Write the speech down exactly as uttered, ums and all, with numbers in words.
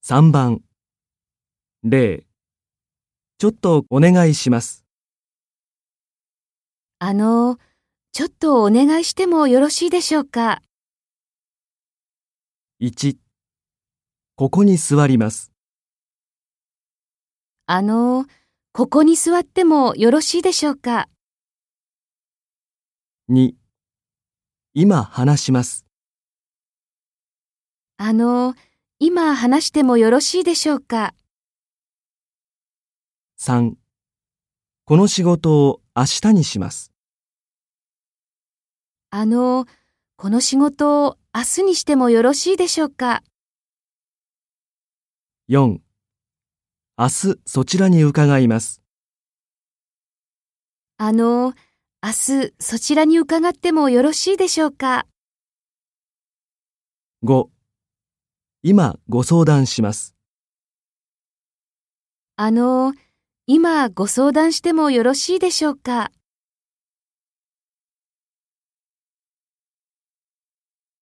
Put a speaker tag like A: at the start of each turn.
A: さんばん、例、ちょっとお願いします。
B: あの、ちょっとお願いしてもよろしいでしょうか。
A: いち、ここに座ります。
B: あの、ここに座ってもよろしいでしょうか。
A: に、今話します。
B: あの、今話してもよろしいでしょうか。
A: さん、この仕事を明日にします。
B: あの、この仕事を明日にしてもよろしいでしょうか。
A: よん、明日そちらに伺います。
B: あの、明日そちらに伺ってもよろしいでしょうか。
A: ご、今ご相談します。
B: あの、今ご相談してもよろしいでしょうか。